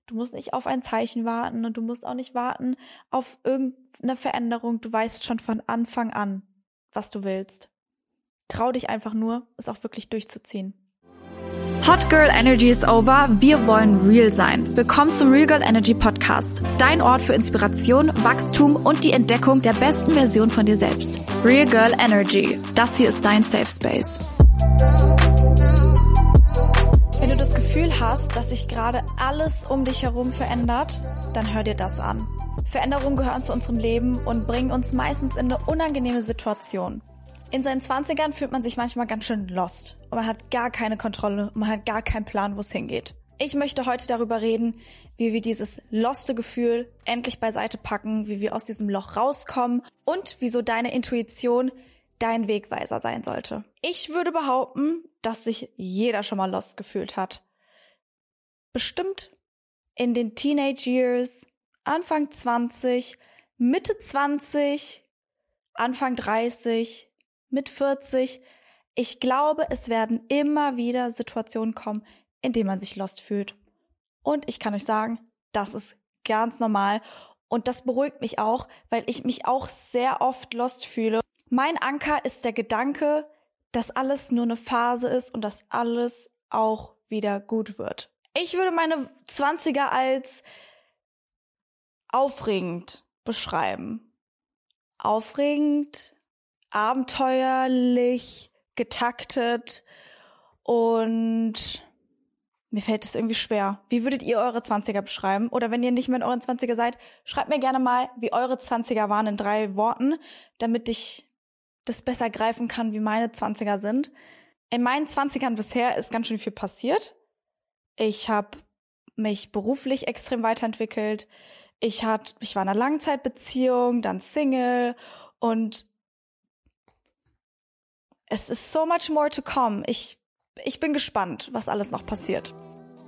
Du musst nicht auf ein Zeichen warten und du musst auch nicht warten auf irgendeine Veränderung. Du weißt schon von Anfang an, was du willst. Trau dich einfach nur, es auch wirklich durchzuziehen. Hot Girl Energy is over. Wir wollen real sein. Willkommen zum Real Girl Energy Podcast. Dein Ort für Inspiration, Wachstum und die Entdeckung der besten Version von dir selbst. Real Girl Energy. Das hier ist dein Safe Space. Wenn du das Gefühl hast, dass sich gerade alles um dich herum verändert, dann hör dir das an. Veränderungen gehören zu unserem Leben und bringen uns meistens in eine unangenehme Situation. In seinen 20ern fühlt man sich manchmal ganz schön lost und man hat gar keine Kontrolle und man hat gar keinen Plan, wo es hingeht. Ich möchte heute darüber reden, wie wir dieses loste Gefühl endlich beiseite packen, wie wir aus diesem Loch rauskommen und wieso deine Intuition dein Wegweiser sein sollte. Ich würde behaupten, dass sich jeder schon mal lost gefühlt hat. Bestimmt in den Teenage Years, Anfang 20, Mitte 20, Anfang 30, mit 40. Ich glaube, es werden immer wieder Situationen kommen, in denen man sich lost fühlt. Und ich kann euch sagen, das ist ganz normal. Und das beruhigt mich auch, weil ich mich auch sehr oft lost fühle. Mein Anker ist der Gedanke, dass alles nur eine Phase ist und dass alles auch wieder gut wird. Ich würde meine 20er als aufregend beschreiben. Aufregend, abenteuerlich, getaktet und mir fällt es irgendwie schwer. Wie würdet ihr eure 20er beschreiben? Oder wenn ihr nicht mehr in euren 20er seid, schreibt mir gerne mal, wie eure 20er waren in 3 Worten, damit ich das besser greifen kann, wie meine 20er sind. In meinen 20ern bisher ist ganz schön viel passiert. Ich habe mich beruflich extrem weiterentwickelt. Ich war in einer Langzeitbeziehung, dann Single und es ist so much more to come. Ich bin gespannt, was alles noch passiert.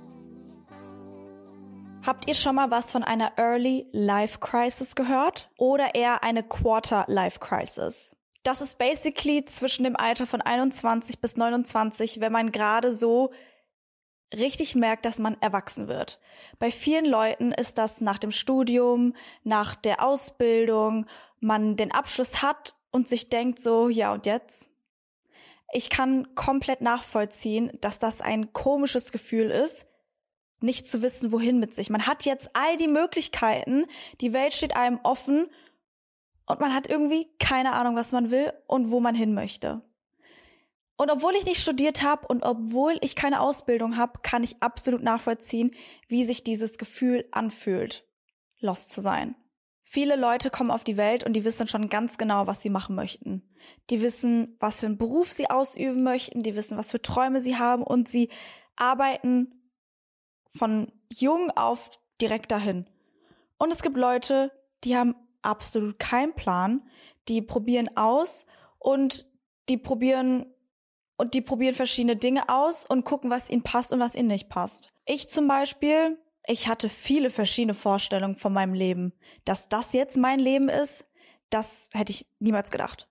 Habt ihr schon mal was von einer Early Life Crisis gehört? Oder eher eine Quarter Life Crisis? Das ist basically zwischen dem Alter von 21 bis 29, wenn man gerade so richtig merkt, dass man erwachsen wird. Bei vielen Leuten ist das nach dem Studium, nach der Ausbildung, man den Abschluss hat und sich denkt so, ja und jetzt? Ich kann komplett nachvollziehen, dass das ein komisches Gefühl ist, nicht zu wissen, wohin mit sich. Man hat jetzt all die Möglichkeiten, die Welt steht einem offen und man hat irgendwie keine Ahnung, was man will und wo man hin möchte. Und obwohl ich nicht studiert habe und obwohl ich keine Ausbildung habe, kann ich absolut nachvollziehen, wie sich dieses Gefühl anfühlt, lost zu sein. Viele Leute kommen auf die Welt und die wissen schon ganz genau, was sie machen möchten. Die wissen, was für einen Beruf sie ausüben möchten, die wissen, was für Träume sie haben und sie arbeiten von jung auf direkt dahin. Und es gibt Leute, die haben absolut keinen Plan, die probieren aus und die probieren verschiedene Dinge aus und gucken, was ihnen passt und was ihnen nicht passt. Ich zum Beispiel, ich hatte viele verschiedene Vorstellungen von meinem Leben. Dass das jetzt mein Leben ist, das hätte ich niemals gedacht.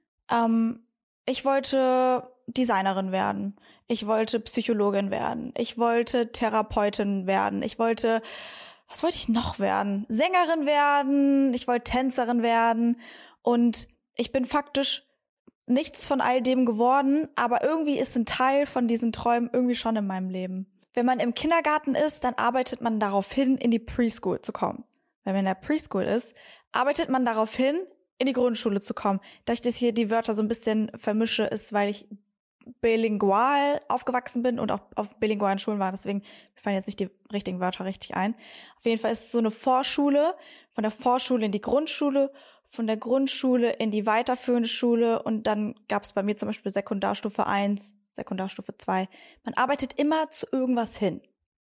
Ich wollte Designerin werden. Ich wollte Psychologin werden. Ich wollte Therapeutin werden. Was wollte ich noch werden? Sängerin werden. Ich wollte Tänzerin werden. Und ich bin faktisch nichts von all dem geworden, aber irgendwie ist ein Teil von diesen Träumen irgendwie schon in meinem Leben. Wenn man im Kindergarten ist, dann arbeitet man darauf hin, in die Preschool zu kommen. Wenn man in der Preschool ist, arbeitet man darauf hin, in die Grundschule zu kommen. Da ich das hier die Wörter so ein bisschen vermische, ist, weil ich bilingual aufgewachsen bin und auch auf bilingualen Schulen war. Deswegen fallen jetzt nicht die richtigen Wörter richtig ein. Auf jeden Fall ist es so eine Vorschule, von der Vorschule in die Grundschule, von der Grundschule in die weiterführende Schule und dann gab es bei mir zum Beispiel Sekundarstufe 1, Sekundarstufe 2. Man arbeitet immer zu irgendwas hin.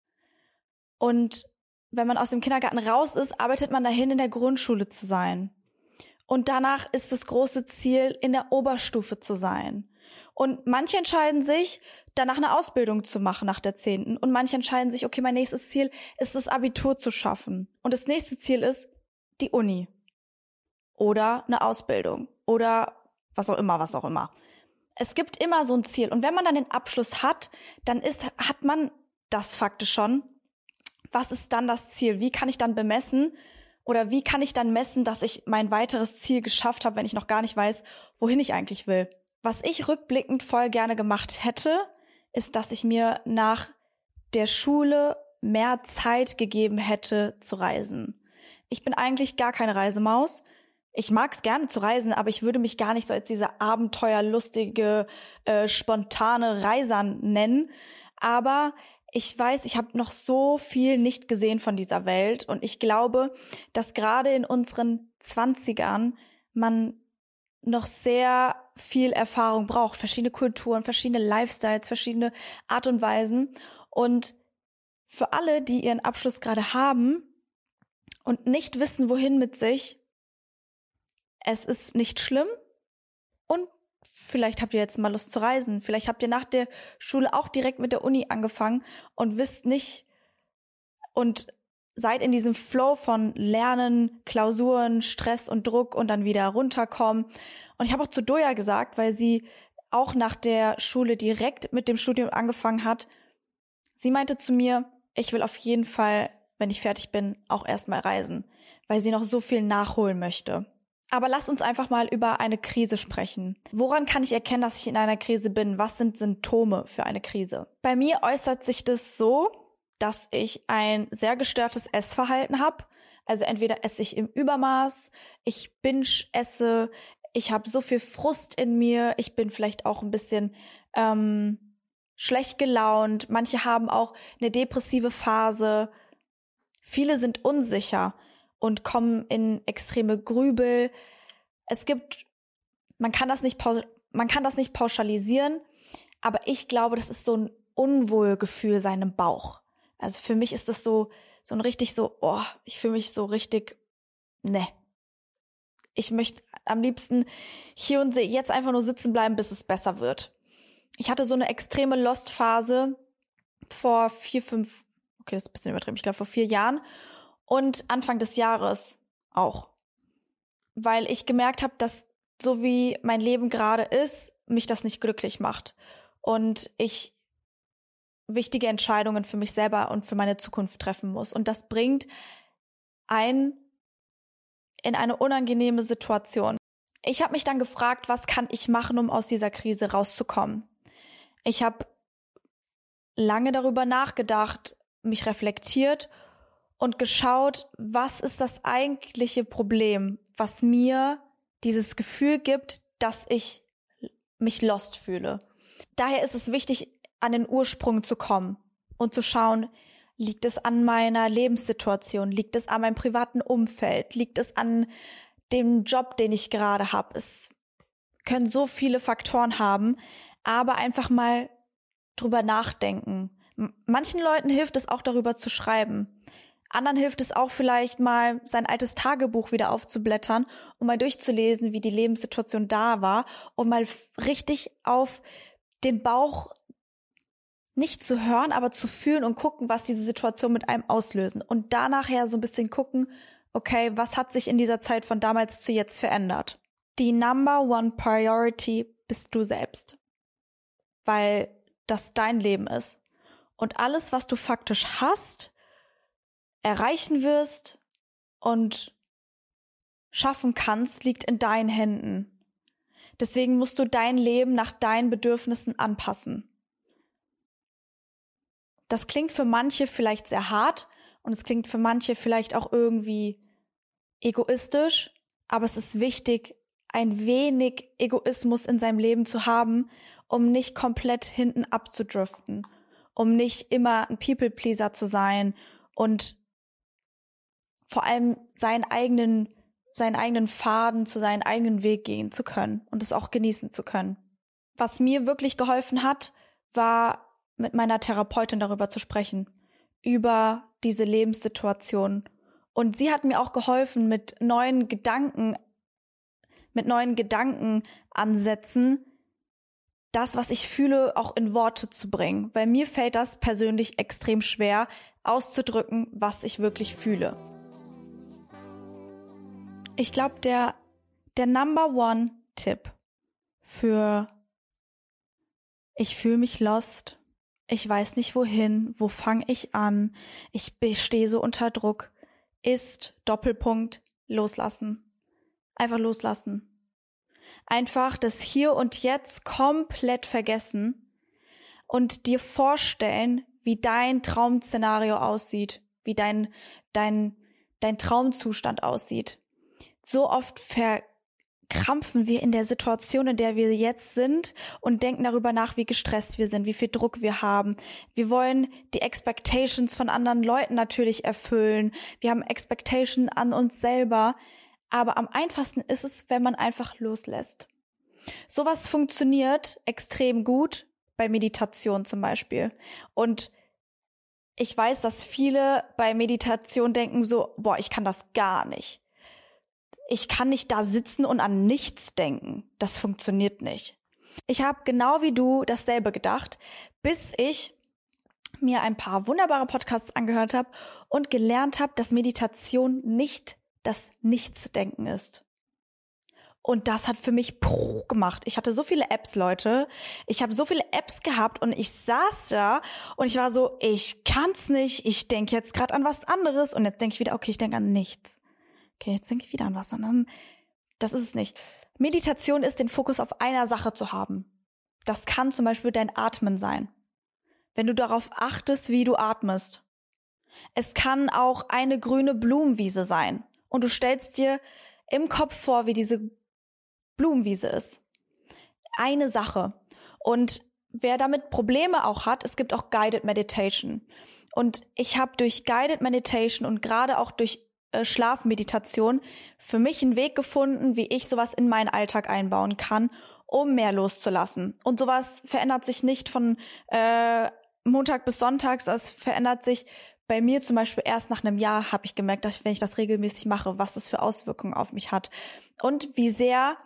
Und wenn man aus dem Kindergarten raus ist, arbeitet man dahin, in der Grundschule zu sein. Und danach ist das große Ziel, in der Oberstufe zu sein. Und manche entscheiden sich, danach eine Ausbildung zu machen nach der 10. Und manche entscheiden sich, okay, mein nächstes Ziel ist, das Abitur zu schaffen. Und das nächste Ziel ist die Uni. Oder eine Ausbildung. Oder was auch immer. Es gibt immer so ein Ziel. Und wenn man dann den Abschluss hat, dann hat man das faktisch schon, was ist dann das Ziel? Wie kann ich dann bemessen oder wie kann ich dann messen, dass ich mein weiteres Ziel geschafft habe, wenn ich noch gar nicht weiß, wohin ich eigentlich will? Was ich rückblickend voll gerne gemacht hätte, ist, dass ich mir nach der Schule mehr Zeit gegeben hätte zu reisen. Ich bin eigentlich gar keine Reisemaus. Ich mag es gerne zu reisen, aber ich würde mich gar nicht so als diese abenteuerlustige, spontane Reiser nennen. Aber ich weiß, ich habe noch so viel nicht gesehen von dieser Welt und ich glaube, dass gerade in unseren 20ern man noch sehr viel Erfahrung braucht, verschiedene Kulturen, verschiedene Lifestyles, verschiedene Art und Weisen. Und für alle, die ihren Abschluss gerade haben und nicht wissen, wohin mit sich, es ist nicht schlimm und vielleicht habt ihr jetzt mal Lust zu reisen. Vielleicht habt ihr nach der Schule auch direkt mit der Uni angefangen und wisst nicht und seid in diesem Flow von Lernen, Klausuren, Stress und Druck und dann wieder runterkommen. Und ich habe auch zu Doja gesagt, weil sie auch nach der Schule direkt mit dem Studium angefangen hat. Sie meinte zu mir, ich will auf jeden Fall, wenn ich fertig bin, auch erstmal reisen, weil sie noch so viel nachholen möchte. Aber lass uns einfach mal über eine Krise sprechen. Woran kann ich erkennen, dass ich in einer Krise bin? Was sind Symptome für eine Krise? Bei mir äußert sich das so, dass ich ein sehr gestörtes Essverhalten habe. Also entweder esse ich im Übermaß, ich binge esse, ich habe so viel Frust in mir, ich bin vielleicht auch ein bisschen schlecht gelaunt. Manche haben auch eine depressive Phase. Viele sind unsicher und kommen in extreme Grübel. Man kann das nicht pauschalisieren, aber ich glaube, das ist so ein Unwohlgefühl seinem Bauch. Also für mich ist das so ein richtig ich fühle mich so richtig, ne. Ich möchte am liebsten hier und jetzt einfach nur sitzen bleiben, bis es besser wird. Ich hatte so eine extreme Lost-Phase vor 4 Jahren und Anfang des Jahres auch. Weil ich gemerkt habe, dass so wie mein Leben gerade ist, mich das nicht glücklich macht. Und ich wichtige Entscheidungen für mich selber und für meine Zukunft treffen muss. Und das bringt einen in eine unangenehme Situation. Ich habe mich dann gefragt, was kann ich machen, um aus dieser Krise rauszukommen? Ich habe lange darüber nachgedacht, mich reflektiert und geschaut, was ist das eigentliche Problem, was mir dieses Gefühl gibt, dass ich mich lost fühle. Daher ist es wichtig, an den Ursprung zu kommen und zu schauen, liegt es an meiner Lebenssituation, liegt es an meinem privaten Umfeld, liegt es an dem Job, den ich gerade habe. Es können so viele Faktoren haben, aber einfach mal drüber nachdenken. Manchen Leuten hilft es auch, darüber zu schreiben. Anderen hilft es auch vielleicht mal, sein altes Tagebuch wieder aufzublättern und mal durchzulesen, wie die Lebenssituation da war und mal richtig auf den Bauch nicht zu hören, aber zu fühlen und gucken, was diese Situation mit einem auslösen. Und danach her so ein bisschen gucken, okay, was hat sich in dieser Zeit von damals zu jetzt verändert? Die Number One Priority bist du selbst. Weil das dein Leben ist. Und alles, was du faktisch hast, erreichen wirst und schaffen kannst, liegt in deinen Händen. Deswegen musst du dein Leben nach deinen Bedürfnissen anpassen. Das klingt für manche vielleicht sehr hart und es klingt für manche vielleicht auch irgendwie egoistisch, aber es ist wichtig, ein wenig Egoismus in seinem Leben zu haben, um nicht komplett hinten abzudriften, um nicht immer ein People-Pleaser zu sein und vor allem seinen eigenen Faden zu seinen eigenen Weg gehen zu können und es auch genießen zu können. Was mir wirklich geholfen hat, war mit meiner Therapeutin darüber zu sprechen, über diese Lebenssituation. Und sie hat mir auch geholfen, mit neuen Gedankenansätzen, das, was ich fühle, auch in Worte zu bringen. Weil mir fällt das persönlich extrem schwer, auszudrücken, was ich wirklich fühle. Ich glaube, der Number One Tipp für ich fühle mich lost ich weiß nicht wohin, wo fange ich an, ich stehe so unter Druck, ist Doppelpunkt loslassen. Einfach loslassen. Einfach das Hier und Jetzt komplett vergessen und dir vorstellen, wie dein Traum-Szenario aussieht, wie dein Traumzustand aussieht. So oft verkrampfen wir in der Situation, in der wir jetzt sind und denken darüber nach, wie gestresst wir sind, wie viel Druck wir haben. Wir wollen die Expectations von anderen Leuten natürlich erfüllen. Wir haben Expectations an uns selber. Aber am einfachsten ist es, wenn man einfach loslässt. Sowas funktioniert extrem gut bei Meditation zum Beispiel. Und ich weiß, dass viele bei Meditation denken so, boah, ich kann das gar nicht. Ich kann nicht da sitzen und an nichts denken. Das funktioniert nicht. Ich habe genau wie du dasselbe gedacht, bis ich mir ein paar wunderbare Podcasts angehört habe und gelernt habe, dass Meditation nicht das Nichtsdenken ist. Und das hat für mich gemacht. Ich hatte so viele Apps, Leute. Ich habe so viele Apps gehabt und ich saß da und ich war so, ich kann's nicht. Ich denke jetzt gerade an was anderes und jetzt denke ich wieder, okay, ich denke an nichts. Okay, jetzt denke ich wieder an was anderes. Das ist es nicht. Meditation ist, den Fokus auf einer Sache zu haben. Das kann zum Beispiel dein Atmen sein. Wenn du darauf achtest, wie du atmest. Es kann auch eine grüne Blumenwiese sein. Und du stellst dir im Kopf vor, wie diese Blumenwiese ist. Eine Sache. Und wer damit Probleme auch hat, es gibt auch Guided Meditation. Und ich habe durch Guided Meditation und gerade auch durch Schlafmeditation für mich einen Weg gefunden, wie ich sowas in meinen Alltag einbauen kann, um mehr loszulassen. Und sowas verändert sich nicht von Montag bis Sonntag, es verändert sich bei mir zum Beispiel erst nach einem Jahr, habe ich gemerkt, dass wenn ich das regelmäßig mache, was das für Auswirkungen auf mich hat und wie sehr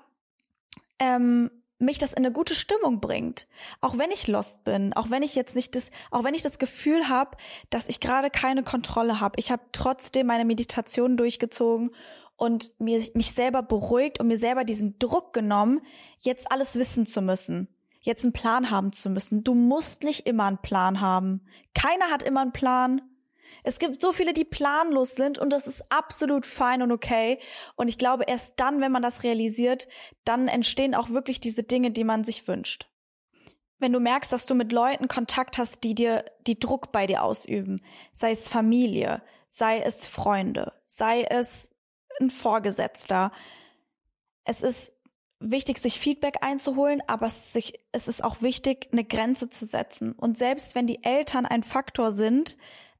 mich das in eine gute Stimmung bringt. Auch wenn ich lost bin, auch wenn ich das Gefühl habe, dass ich gerade keine Kontrolle habe. Ich habe trotzdem meine Meditation durchgezogen und mich selber beruhigt und mir selber diesen Druck genommen, jetzt alles wissen zu müssen. Jetzt einen Plan haben zu müssen. Du musst nicht immer einen Plan haben. Keiner hat immer einen Plan. Es gibt so viele, die planlos sind und das ist absolut fein und okay. Und ich glaube, erst dann, wenn man das realisiert, dann entstehen auch wirklich diese Dinge, die man sich wünscht. Wenn du merkst, dass du mit Leuten Kontakt hast, die Druck bei dir ausüben, sei es Familie, sei es Freunde, sei es ein Vorgesetzter. Es ist wichtig, sich Feedback einzuholen, aber es ist auch wichtig, eine Grenze zu setzen. Und selbst wenn die Eltern ein Faktor sind,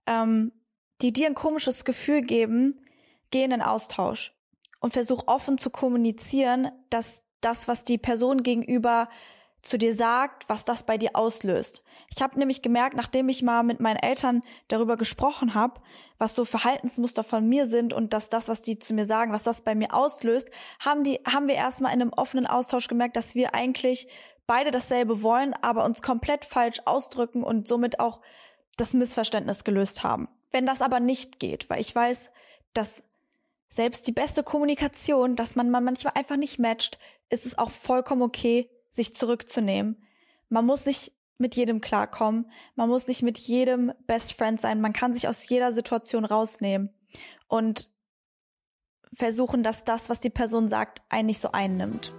die dir ein komisches Gefühl geben, geh in den Austausch und versuch offen zu kommunizieren, dass das, was die Person gegenüber zu dir sagt, was das bei dir auslöst. Ich habe nämlich gemerkt, nachdem ich mal mit meinen Eltern darüber gesprochen habe, was so Verhaltensmuster von mir sind und dass das, was die zu mir sagen, was das bei mir auslöst, haben wir erstmal in einem offenen Austausch gemerkt, dass wir eigentlich beide dasselbe wollen, aber uns komplett falsch ausdrücken und somit auch das Missverständnis gelöst haben. Wenn das aber nicht geht, weil ich weiß, dass selbst die beste Kommunikation, dass man manchmal einfach nicht matcht, ist es auch vollkommen okay, sich zurückzunehmen. Man muss nicht mit jedem klarkommen, man muss nicht mit jedem Best Friend sein, man kann sich aus jeder Situation rausnehmen und versuchen, dass das, was die Person sagt, einen nicht so einnimmt.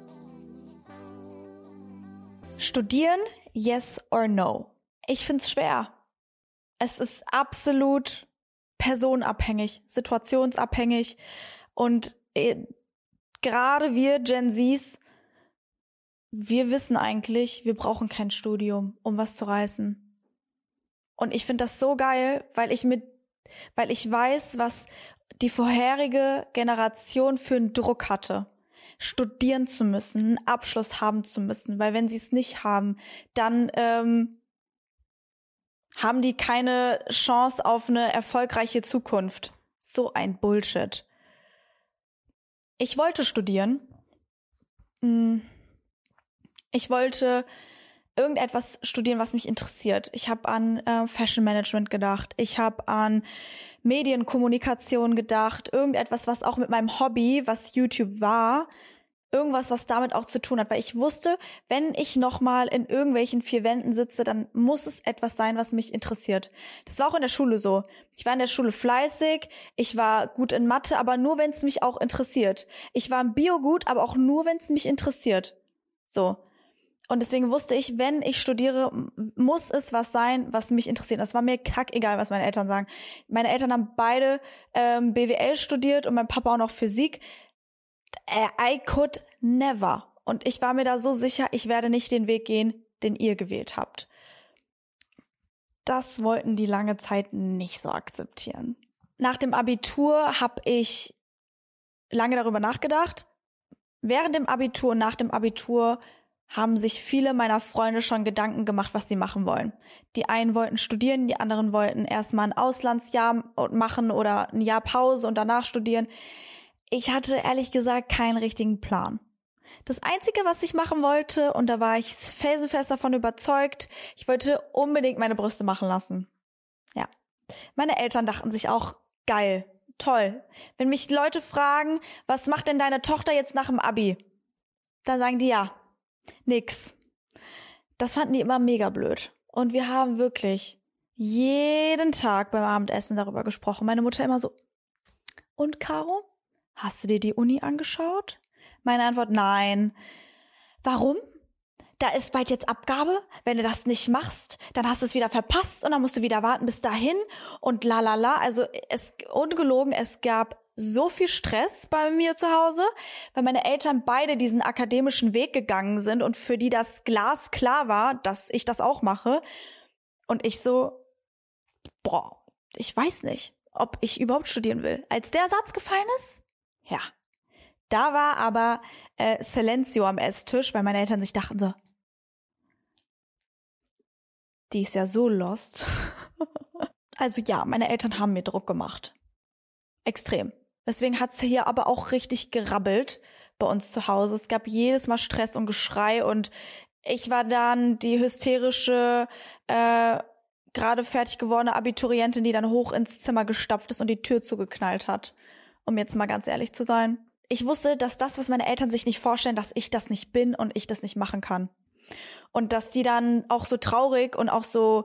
Studieren, yes or no? Ich find's schwer. Es ist absolut personenabhängig, situationsabhängig und gerade wir Gen Zs, wir wissen eigentlich, wir brauchen kein Studium, um was zu reißen. Und ich finde das so geil, weil ich weiß, was die vorherige Generation für einen Druck hatte. Studieren zu müssen, einen Abschluss haben zu müssen, weil wenn sie es nicht haben, dann haben die keine Chance auf eine erfolgreiche Zukunft. So ein Bullshit. Ich wollte studieren. Ich wollte irgendetwas studieren, was mich interessiert. Ich habe an Fashion Management gedacht. Ich habe an Medienkommunikation gedacht. Irgendetwas, was auch mit meinem Hobby, was YouTube war, irgendwas, was damit auch zu tun hat, weil ich wusste, wenn ich nochmal in irgendwelchen 4 Wänden sitze, dann muss es etwas sein, was mich interessiert. Das war auch in der Schule so. Ich war in der Schule fleißig, ich war gut in Mathe, aber nur, wenn es mich auch interessiert. Ich war im Bio gut, aber auch nur, wenn es mich interessiert. So. Und deswegen wusste ich, wenn ich studiere, muss es was sein, was mich interessiert. Das war mir kackegal, was meine Eltern sagen. Meine Eltern haben beide BWL studiert und mein Papa auch noch Physik. I could never. Und ich war mir da so sicher, ich werde nicht den Weg gehen, den ihr gewählt habt. Das wollten die lange Zeit nicht so akzeptieren. Nach dem Abitur habe ich lange darüber nachgedacht. Während dem Abitur und nach dem Abitur haben sich viele meiner Freunde schon Gedanken gemacht, was sie machen wollen. Die einen wollten studieren, die anderen wollten erstmal ein Auslandsjahr machen oder ein Jahr Pause und danach studieren. Ich hatte ehrlich gesagt keinen richtigen Plan. Das Einzige, was ich machen wollte, und da war ich felsenfest davon überzeugt, ich wollte unbedingt meine Brüste machen lassen. Ja. Meine Eltern dachten sich auch, geil, toll. Wenn mich Leute fragen, was macht denn deine Tochter jetzt nach dem Abi? Dann sagen die ja, nix. Das fanden die immer mega blöd. Und wir haben wirklich jeden Tag beim Abendessen darüber gesprochen. Meine Mutter immer so, und Caro? Hast du dir die Uni angeschaut? Meine Antwort, nein. Warum? Da ist bald jetzt Abgabe. Wenn du das nicht machst, dann hast du es wieder verpasst und dann musst du wieder warten bis dahin und lalala. Also ungelogen, es gab so viel Stress bei mir zu Hause, weil meine Eltern beide diesen akademischen Weg gegangen sind und für die das glasklar war, dass ich das auch mache. Und ich so, ich weiß nicht, ob ich überhaupt studieren will. Als der Satz gefallen ist, ja, da war aber Silencio am Esstisch, weil meine Eltern sich dachten so, die ist ja so lost. Also ja, meine Eltern haben mir Druck gemacht. Extrem. Deswegen hat's hier aber auch richtig gerabbelt bei uns zu Hause. Es gab jedes Mal Stress und Geschrei und ich war dann die hysterische, gerade fertig gewordene Abiturientin, die dann hoch ins Zimmer gestapft ist und die Tür zugeknallt hat. Um jetzt mal ganz ehrlich zu sein. Ich wusste, dass das, was meine Eltern sich nicht vorstellen, dass ich das nicht bin und ich das nicht machen kann. Und dass die dann auch so traurig und auch so,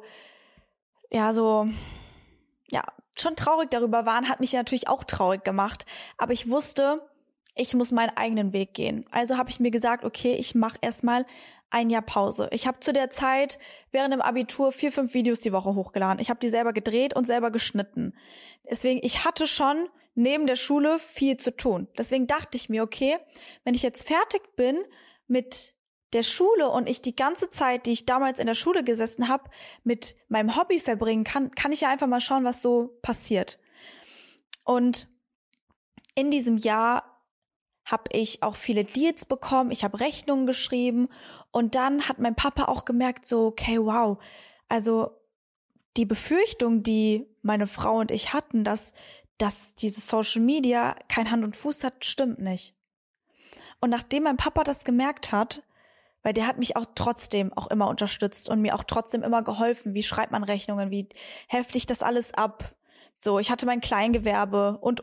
schon traurig darüber waren, hat mich natürlich auch traurig gemacht. Aber ich wusste, ich muss meinen eigenen Weg gehen. Also habe ich mir gesagt, okay, ich mache erstmal ein Jahr Pause. Ich habe zu der Zeit während dem Abitur 4, 5 Videos die Woche hochgeladen. Ich habe die selber gedreht und selber geschnitten. Deswegen, ich hatte schon neben der Schule viel zu tun. Deswegen dachte ich mir, okay, wenn ich jetzt fertig bin mit der Schule und ich die ganze Zeit, die ich damals in der Schule gesessen habe, mit meinem Hobby verbringen kann, kann ich ja einfach mal schauen, was so passiert. Und in diesem Jahr habe ich auch viele Deals bekommen, ich habe Rechnungen geschrieben und dann hat mein Papa auch gemerkt, so, okay, wow, also die Befürchtung, die meine Frau und ich hatten, dass dieses Social Media kein Hand und Fuß hat, stimmt nicht. Und nachdem mein Papa das gemerkt hat, weil der hat mich auch trotzdem auch immer unterstützt und mir auch trotzdem immer geholfen, wie schreibt man Rechnungen, wie hefte ich das alles ab. So, ich hatte mein Kleingewerbe und.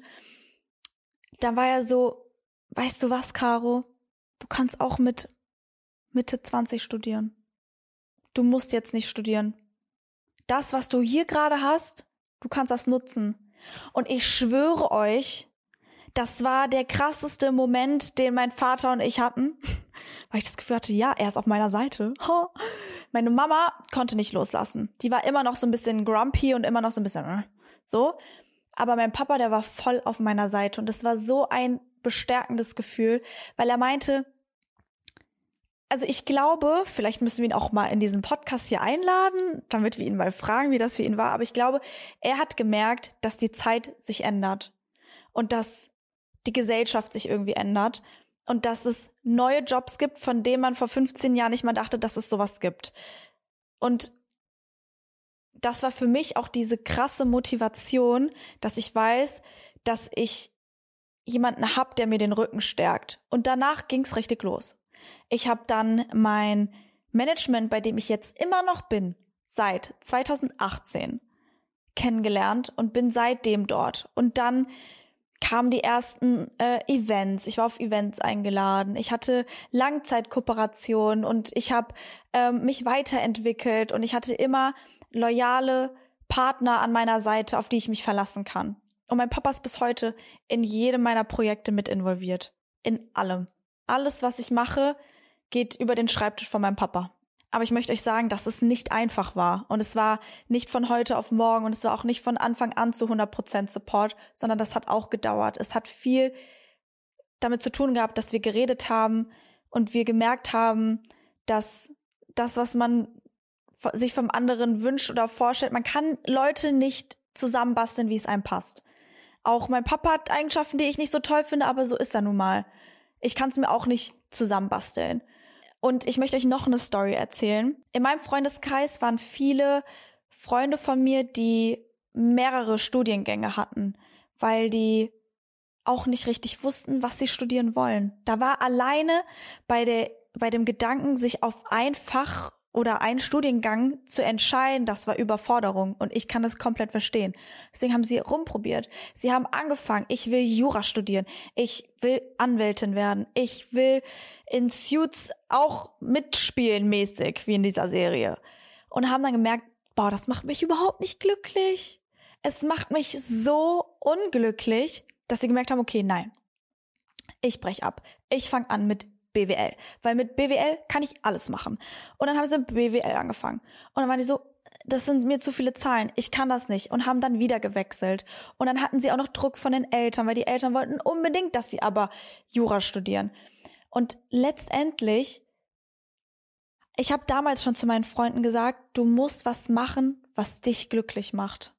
Dann war er so, weißt du was, Caro? Du kannst auch mit Mitte 20 studieren. Du musst jetzt nicht studieren. Das, was du hier gerade hast, du kannst das nutzen. Und ich schwöre euch, das war der krasseste Moment, den mein Vater und ich hatten, weil ich das Gefühl hatte, ja, er ist auf meiner Seite. Meine Mama konnte nicht loslassen. Die war immer noch so ein bisschen grumpy und immer noch so ein bisschen so. Aber mein Papa, der war voll auf meiner Seite und das war so ein bestärkendes Gefühl, weil er meinte, also ich glaube, vielleicht müssen wir ihn auch mal in diesen Podcast hier einladen, damit wir ihn mal fragen, wie das für ihn war. Aber ich glaube, er hat gemerkt, dass die Zeit sich ändert und dass die Gesellschaft sich irgendwie ändert und dass es neue Jobs gibt, von denen man vor 15 Jahren nicht mal dachte, dass es sowas gibt. Und das war für mich auch diese krasse Motivation, dass ich weiß, dass ich jemanden habe, der mir den Rücken stärkt. Und danach ging's richtig los. Ich habe dann mein Management, bei dem ich jetzt immer noch bin, seit 2018 kennengelernt und bin seitdem dort. Und dann kamen die ersten Events. Ich war auf Events eingeladen. Ich hatte Langzeitkooperationen und ich habe mich weiterentwickelt und ich hatte immer loyale Partner an meiner Seite, auf die ich mich verlassen kann. Und mein Papa ist bis heute in jedem meiner Projekte mit involviert. In allem. Alles, was ich mache, geht über den Schreibtisch von meinem Papa. Aber ich möchte euch sagen, dass es nicht einfach war. Und es war nicht von heute auf morgen und es war auch nicht von Anfang an zu 100% Support, sondern das hat auch gedauert. Es hat viel damit zu tun gehabt, dass wir geredet haben und wir gemerkt haben, dass das, was man sich vom anderen wünscht oder vorstellt, man kann Leute nicht zusammenbasteln, wie es einem passt. Auch mein Papa hat Eigenschaften, die ich nicht so toll finde, aber so ist er nun mal. Ich kann es mir auch nicht zusammenbasteln. Und ich möchte euch noch eine Story erzählen. In meinem Freundeskreis waren viele Freunde von mir, die mehrere Studiengänge hatten, weil die auch nicht richtig wussten, was sie studieren wollen. Da war alleine bei dem Gedanken, sich auf ein Fach oder einen Studiengang zu entscheiden, das war Überforderung und ich kann das komplett verstehen. Deswegen haben sie rumprobiert. Sie haben angefangen, ich will Jura studieren, ich will Anwältin werden, ich will in Suits auch mitspielen mäßig, wie in dieser Serie. Und haben dann gemerkt, boah, das macht mich überhaupt nicht glücklich. Es macht mich so unglücklich, dass sie gemerkt haben, okay, nein, ich brech ab. Ich fange an mit BWL, weil mit BWL kann ich alles machen. Und dann haben sie mit BWL angefangen. Und dann waren die so, das sind mir zu viele Zahlen, ich kann das nicht. Und haben dann wieder gewechselt. Und dann hatten sie auch noch Druck von den Eltern, weil die Eltern wollten unbedingt, dass sie aber Jura studieren. Und letztendlich, ich habe damals schon zu meinen Freunden gesagt, du musst was machen, was dich glücklich macht.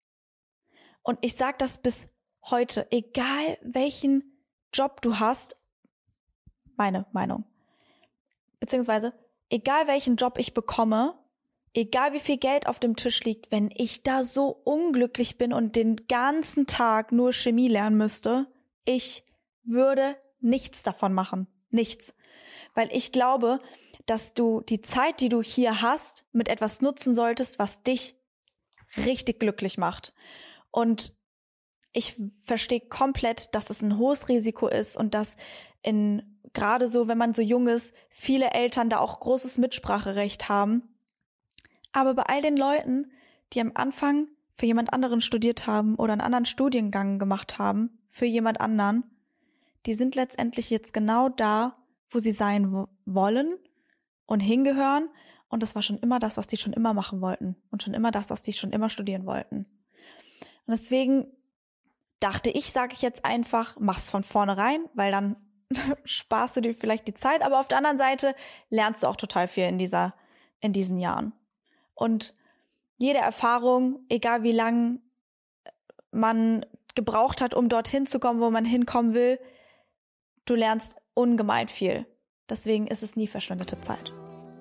Und ich sage das bis heute, egal welchen Job du hast, meine Meinung. Beziehungsweise, egal welchen Job ich bekomme, egal wie viel Geld auf dem Tisch liegt, wenn ich da so unglücklich bin und den ganzen Tag nur Chemie lernen müsste, ich würde nichts davon machen. Nichts. Weil ich glaube, dass du die Zeit, die du hier hast, mit etwas nutzen solltest, was dich richtig glücklich macht. Und ich verstehe komplett, dass es ein hohes Risiko ist und dass gerade so, wenn man so jung ist, viele Eltern da auch großes Mitspracherecht haben. Aber bei all den Leuten, die am Anfang für jemand anderen studiert haben oder einen anderen Studiengang gemacht haben, für jemand anderen, die sind letztendlich jetzt genau da, wo sie sein wollen und hingehören. Und das war schon immer das, was die schon immer machen wollten. Und schon immer das, was die schon immer studieren wollten. Und deswegen dachte ich, sage ich jetzt einfach, mach's von vornherein, weil dann sparst du dir vielleicht die Zeit, aber auf der anderen Seite lernst du auch total viel in diesen Jahren. Und jede Erfahrung, egal wie lang man gebraucht hat, um dorthin zu kommen, wo man hinkommen will, du lernst ungemein viel. Deswegen ist es nie verschwendete Zeit.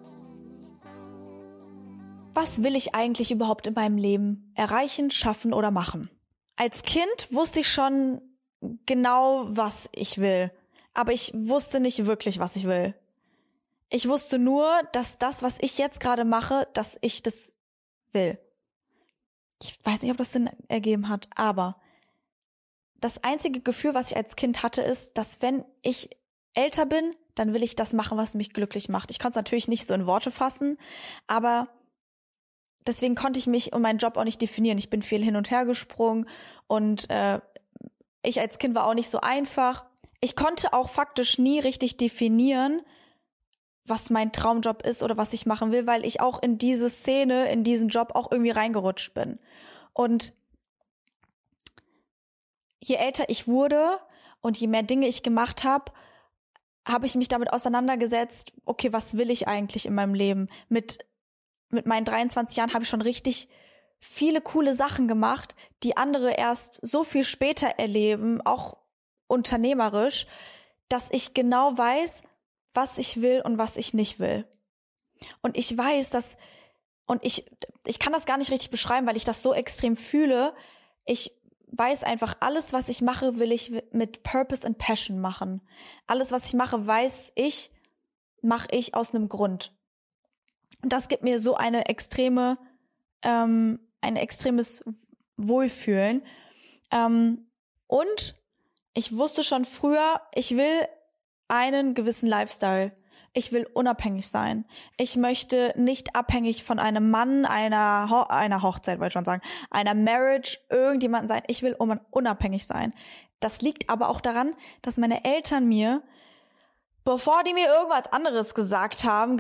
Was will ich eigentlich überhaupt in meinem Leben erreichen, schaffen oder machen? Als Kind wusste ich schon genau, was ich will. Aber ich wusste nicht wirklich, was ich will. Ich wusste nur, dass das, was ich jetzt gerade mache, dass ich das will. Ich weiß nicht, ob das Sinn ergeben hat, aber das einzige Gefühl, was ich als Kind hatte, ist, dass wenn ich älter bin, dann will ich das machen, was mich glücklich macht. Ich konnte es natürlich nicht so in Worte fassen, aber deswegen konnte ich mich und meinen Job auch nicht definieren. Ich bin viel hin und her gesprungen und ich als Kind war auch nicht so einfach. Ich konnte auch faktisch nie richtig definieren, was mein Traumjob ist oder was ich machen will, weil ich auch in diese Szene, in diesen Job auch irgendwie reingerutscht bin. Und je älter ich wurde und je mehr Dinge ich gemacht habe, habe ich mich damit auseinandergesetzt, okay, was will ich eigentlich in meinem Leben? Mit meinen 23 Jahren habe ich schon richtig viele coole Sachen gemacht, die andere erst so viel später erleben, auch unternehmerisch, dass ich genau weiß, was ich will und was ich nicht will. Und ich weiß, und ich kann das gar nicht richtig beschreiben, weil ich das so extrem fühle. Ich weiß einfach, alles, was ich mache, will ich mit Purpose and Passion machen. Alles, was ich mache, mache ich aus einem Grund. Und das gibt mir so ein extremes Wohlfühlen. Und Ich wusste schon früher, ich will einen gewissen Lifestyle. Ich will unabhängig sein. Ich möchte nicht abhängig von einem Mann, einer Hochzeit, wollte ich schon sagen, einer Marriage, irgendjemanden sein. Ich will unabhängig sein. Das liegt aber auch daran, dass meine Eltern mir, bevor die mir irgendwas anderes gesagt haben,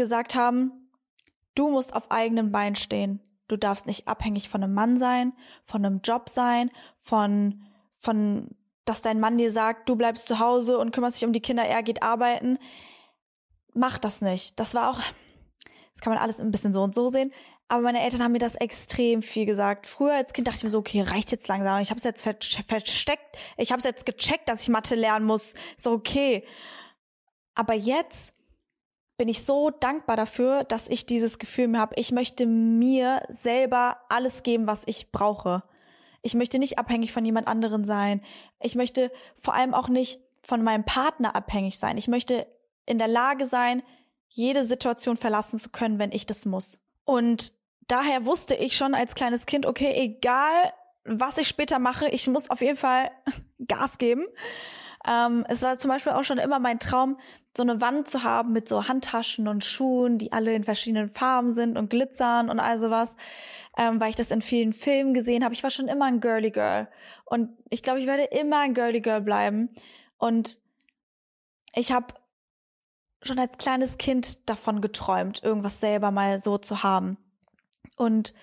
du musst auf eigenen Beinen stehen. Du darfst nicht abhängig von einem Mann sein, von einem Job sein, von dass dein Mann dir sagt, du bleibst zu Hause und kümmerst dich um die Kinder, er geht arbeiten. Mach das nicht. Das war auch, das kann man alles ein bisschen so und so sehen, aber meine Eltern haben mir das extrem viel gesagt. Früher als Kind dachte ich mir so, okay, reicht jetzt langsam. Ich habe es jetzt versteckt. Ich habe es jetzt gecheckt, dass ich Mathe lernen muss. So okay. Aber jetzt bin ich so dankbar dafür, dass ich dieses Gefühl mir habe, ich möchte mir selber alles geben, was ich brauche. Ich möchte nicht abhängig von jemand anderen sein. Ich möchte vor allem auch nicht von meinem Partner abhängig sein. Ich möchte in der Lage sein, jede Situation verlassen zu können, wenn ich das muss. Und daher wusste ich schon als kleines Kind, okay, egal was ich später mache, ich muss auf jeden Fall Gas geben. Es war zum Beispiel auch schon immer mein Traum, so eine Wand zu haben mit so Handtaschen und Schuhen, die alle in verschiedenen Farben sind und glitzern und all sowas, weil ich das in vielen Filmen gesehen habe. Ich war schon immer ein Girly Girl und ich glaube, ich werde immer ein Girly Girl bleiben. Und ich habe schon als kleines Kind davon geträumt, irgendwas selber mal so zu haben. Und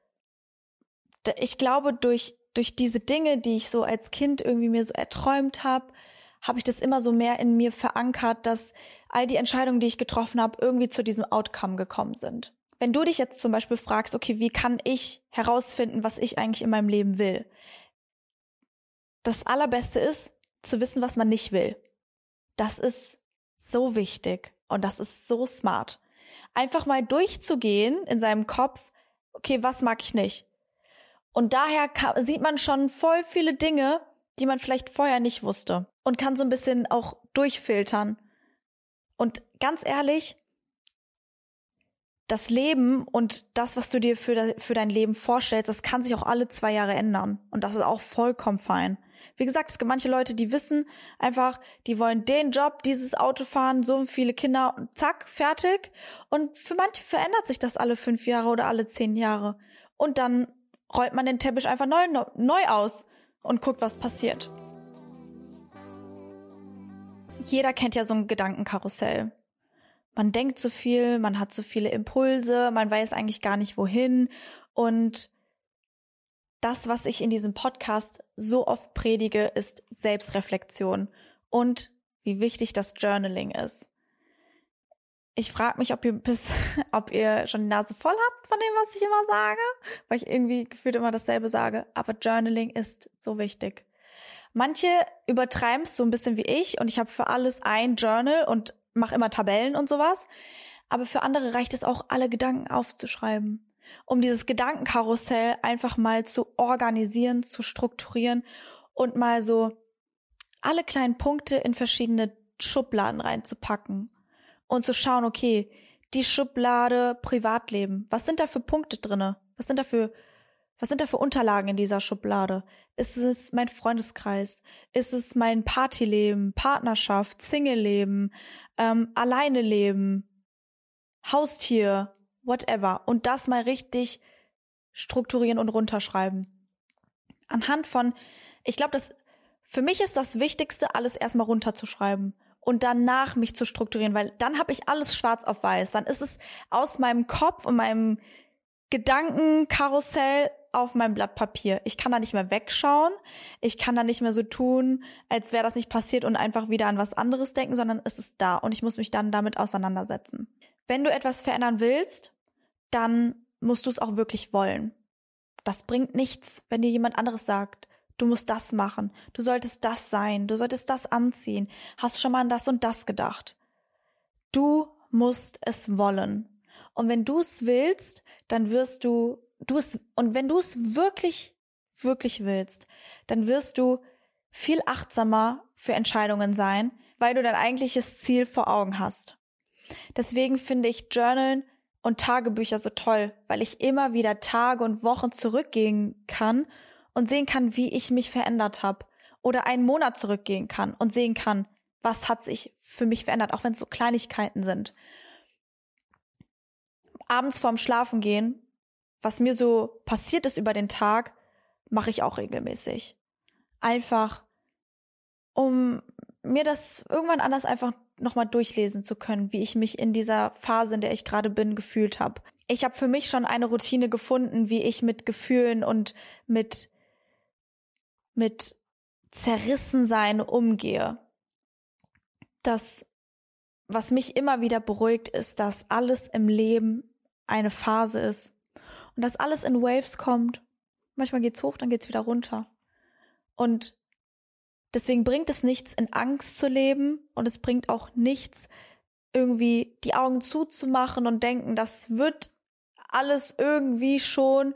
ich glaube, durch diese Dinge, die ich so als Kind irgendwie mir so erträumt habe, habe ich das immer so mehr in mir verankert, dass all die Entscheidungen, die ich getroffen habe, irgendwie zu diesem Outcome gekommen sind. Wenn du dich jetzt zum Beispiel fragst, okay, wie kann ich herausfinden, was ich eigentlich in meinem Leben will? Das Allerbeste ist, zu wissen, was man nicht will. Das ist so wichtig und das ist so smart. Einfach mal durchzugehen in seinem Kopf, okay, was mag ich nicht? Und daher sieht man schon voll viele Dinge, die man vielleicht vorher nicht wusste und kann so ein bisschen auch durchfiltern. Und ganz ehrlich, das Leben und das, was du dir für dein Leben vorstellst, das kann sich auch alle 2 Jahre ändern. Und das ist auch vollkommen fein. Wie gesagt, es gibt manche Leute, die wissen einfach, die wollen den Job, dieses Auto fahren, so viele Kinder und zack, fertig. Und für manche verändert sich das alle 5 Jahre oder alle 10 Jahre. Und dann rollt man den Teppich einfach neu aus und guckt, was passiert. Jeder kennt ja so ein Gedankenkarussell. Man denkt zu viel, man hat zu viele Impulse, man weiß eigentlich gar nicht wohin. Und das, was ich in diesem Podcast so oft predige, ist Selbstreflexion und wie wichtig das Journaling ist. Ich frage mich, ob ihr schon die Nase voll habt von dem, was ich immer sage, weil ich irgendwie gefühlt immer dasselbe sage. Aber Journaling ist so wichtig. Manche übertreiben es so ein bisschen wie ich und ich habe für alles ein Journal und mache immer Tabellen und sowas. Aber für andere reicht es auch, alle Gedanken aufzuschreiben, um dieses Gedankenkarussell einfach mal zu organisieren, zu strukturieren und mal so alle kleinen Punkte in verschiedene Schubladen reinzupacken. Und zu schauen, okay, die Schublade Privatleben, was sind da für Punkte drinne? Was sind da für Unterlagen in dieser Schublade? Ist es mein Freundeskreis? Ist es mein Partyleben, Partnerschaft, Singleleben, alleine leben, Haustier, whatever. Und das mal richtig strukturieren und runterschreiben. Anhand von, ich glaube, für mich ist das Wichtigste, alles erstmal runterzuschreiben. Und danach mich zu strukturieren, weil dann habe ich alles schwarz auf weiß. Dann ist es aus meinem Kopf und meinem Gedankenkarussell auf meinem Blatt Papier. Ich kann da nicht mehr wegschauen. Ich kann da nicht mehr so tun, als wäre das nicht passiert und einfach wieder an was anderes denken, sondern es ist da und ich muss mich dann damit auseinandersetzen. Wenn du etwas verändern willst, dann musst du es auch wirklich wollen. Das bringt nichts, wenn dir jemand anderes sagt, du musst das machen, du solltest das sein, du solltest das anziehen, hast schon mal an das und das gedacht. Du musst es wollen. Und wenn du es willst, dann wirst und wenn du es wirklich, wirklich willst, dann wirst du viel achtsamer für Entscheidungen sein, weil du dein eigentliches Ziel vor Augen hast. Deswegen finde ich Journalen und Tagebücher so toll, weil ich immer wieder Tage und Wochen zurückgehen kann und sehen kann, wie ich mich verändert habe oder einen Monat zurückgehen kann und sehen kann, was hat sich für mich verändert, auch wenn es so Kleinigkeiten sind. Abends vorm Schlafengehen, was mir so passiert ist über den Tag, mache ich auch regelmäßig. Einfach, um mir das irgendwann anders einfach nochmal durchlesen zu können, wie ich mich in dieser Phase, in der ich gerade bin, gefühlt habe. Ich habe für mich schon eine Routine gefunden, wie ich mit Gefühlen und mit Zerrissensein umgehe. Das, was mich immer wieder beruhigt, ist, dass alles im Leben eine Phase ist und dass alles in Waves kommt. Manchmal geht's hoch, dann geht's wieder runter. Und deswegen bringt es nichts, in Angst zu leben, und es bringt auch nichts, irgendwie die Augen zuzumachen und denken, das wird alles irgendwie schon,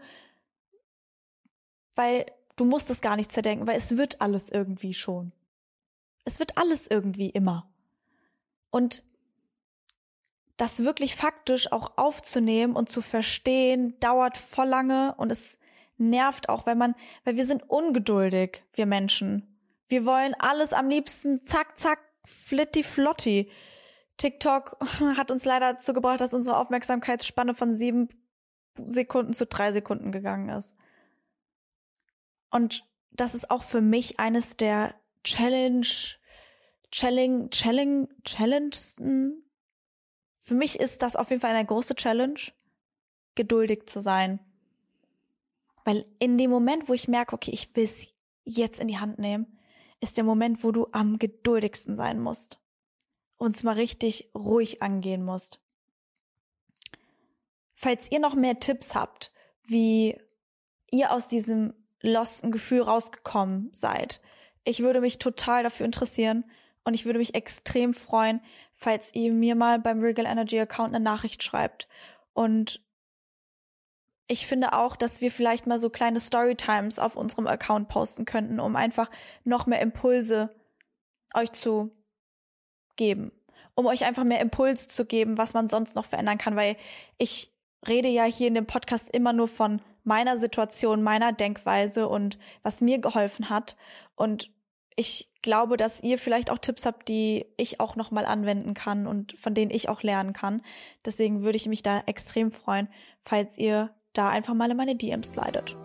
weil du musst es gar nicht zerdenken, weil es wird alles irgendwie schon. Es wird alles irgendwie immer. Und das wirklich faktisch auch aufzunehmen und zu verstehen, dauert voll lange, und es nervt auch, weil wir sind ungeduldig, wir Menschen. Wir wollen alles am liebsten zack, zack, flitti, flotti. TikTok hat uns leider dazu gebracht, dass unsere Aufmerksamkeitsspanne von 7 Sekunden zu 3 Sekunden gegangen ist. Und das ist auch für mich eines der Challenges. Für mich ist das auf jeden Fall eine große Challenge, geduldig zu sein. Weil in dem Moment, wo ich merke, okay, ich will es jetzt in die Hand nehmen, ist der Moment, wo du am geduldigsten sein musst. Und es mal richtig ruhig angehen musst. Falls ihr noch mehr Tipps habt, wie ihr aus diesem losten Gefühl rausgekommen seid, ich würde mich total dafür interessieren, und ich würde mich extrem freuen, falls ihr mir mal beim Regal Energy Account eine Nachricht schreibt. Und ich finde auch, dass wir vielleicht mal so kleine Storytimes auf unserem Account posten könnten, um einfach noch mehr Impulse euch zu geben. Um euch einfach mehr Impulse zu geben, was man sonst noch verändern kann, weil ich rede ja hier in dem Podcast immer nur von meiner Situation, meiner Denkweise und was mir geholfen hat. Und ich glaube, dass ihr vielleicht auch Tipps habt, die ich auch nochmal anwenden kann und von denen ich auch lernen kann. Deswegen würde ich mich da extrem freuen, falls ihr da einfach mal in meine DMs slidet.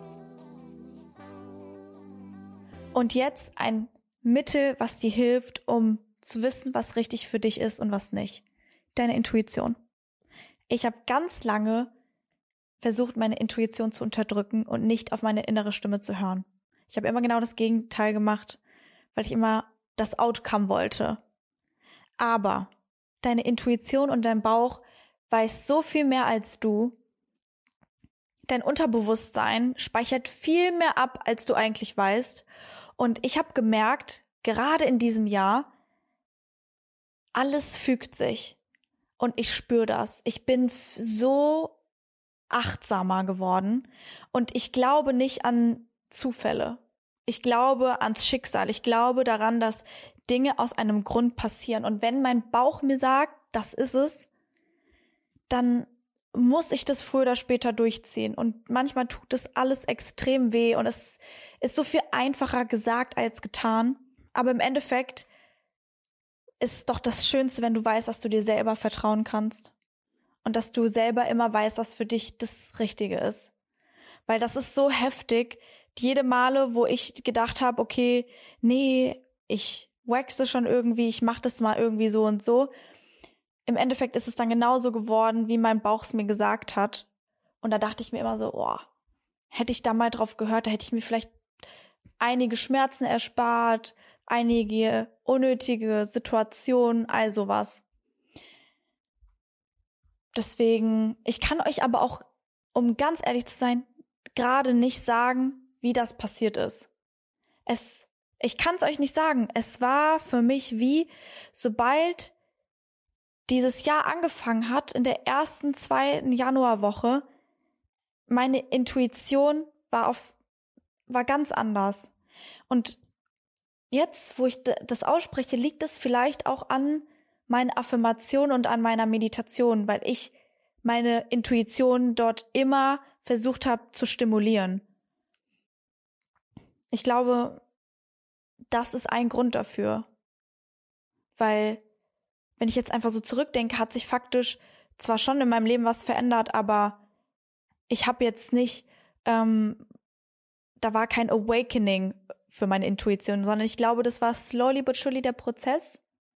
Und jetzt ein Mittel, was dir hilft, um zu wissen, was richtig für dich ist und was nicht. Deine Intuition. Ich habe ganz lange versucht, meine Intuition zu unterdrücken und nicht auf meine innere Stimme zu hören. Ich habe immer genau das Gegenteil gemacht, weil ich immer das Outcome wollte. Aber deine Intuition und dein Bauch weiß so viel mehr als du. Dein Unterbewusstsein speichert viel mehr ab, als du eigentlich weißt. Und ich habe gemerkt, gerade in diesem Jahr, alles fügt sich. Und ich spüre das. Ich bin so achtsamer geworden. Und ich glaube nicht an Zufälle. Ich glaube ans Schicksal. Ich glaube daran, dass Dinge aus einem Grund passieren. Und wenn mein Bauch mir sagt, das ist es, dann muss ich das früher oder später durchziehen. Und manchmal tut das alles extrem weh. Und es ist so viel einfacher gesagt als getan. Aber im Endeffekt ist doch das Schönste, wenn du weißt, dass du dir selber vertrauen kannst. Und dass du selber immer weißt, was für dich das Richtige ist. Weil das ist so heftig. Jede Male, wo ich gedacht habe, okay, nee, ich waxe schon irgendwie, ich mache das mal irgendwie so und so. Im Endeffekt ist es dann genauso geworden, wie mein Bauch es mir gesagt hat. Und da dachte ich mir immer so, oh, hätte ich da mal drauf gehört, da hätte ich mir vielleicht einige Schmerzen erspart, einige unnötige Situationen, all sowas. Deswegen, ich kann euch aber auch, um ganz ehrlich zu sein, gerade nicht sagen, wie das passiert ist. Ich kann es euch nicht sagen. Es war für mich wie, sobald dieses Jahr angefangen hat, in der ersten, 2. Januarwoche, meine Intuition war ganz anders. Und jetzt, wo ich das ausspreche, liegt es vielleicht auch an meinen Affirmationen und an meiner Meditation, weil ich meine Intuition dort immer versucht habe zu stimulieren. Ich glaube, das ist ein Grund dafür. Weil, wenn ich jetzt einfach so zurückdenke, hat sich faktisch zwar schon in meinem Leben was verändert, aber ich habe jetzt nicht, da war kein Awakening für meine Intuition, sondern ich glaube, das war slowly but surely der Prozess.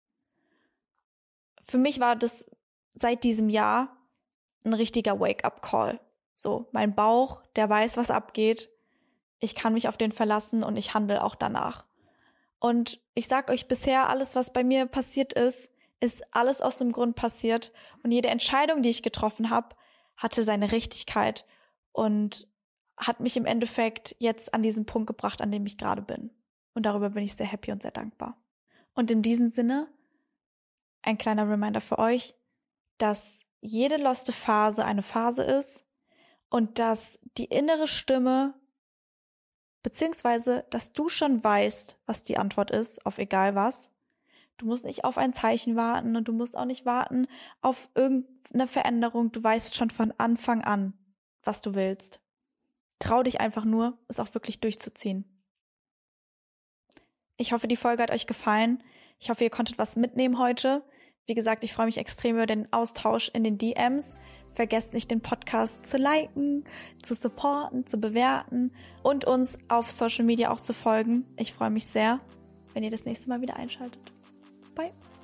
Für mich war das seit diesem Jahr ein richtiger Wake-up-Call. So, mein Bauch, der weiß, was abgeht. Ich kann mich auf den verlassen und ich handle auch danach. Und ich sag euch bisher, alles, was bei mir passiert ist alles aus dem Grund passiert. Und jede Entscheidung, die ich getroffen habe, hatte seine Richtigkeit und hat mich im Endeffekt jetzt an diesen Punkt gebracht, an dem ich gerade bin. Und darüber bin ich sehr happy und sehr dankbar. Und in diesem Sinne, ein kleiner Reminder für euch, dass jede loste Phase eine Phase ist und dass die innere Stimme, beziehungsweise, dass du schon weißt, was die Antwort ist, auf egal was. Du musst nicht auf ein Zeichen warten und du musst auch nicht warten auf irgendeine Veränderung. Du weißt schon von Anfang an, was du willst. Trau dich einfach nur, es auch wirklich durchzuziehen. Ich hoffe, die Folge hat euch gefallen. Ich hoffe, ihr konntet was mitnehmen heute. Wie gesagt, ich freue mich extrem über den Austausch in den DMs. Vergesst nicht, den Podcast zu liken, zu supporten, zu bewerten und uns auf Social Media auch zu folgen. Ich freue mich sehr, wenn ihr das nächste Mal wieder einschaltet. Bye.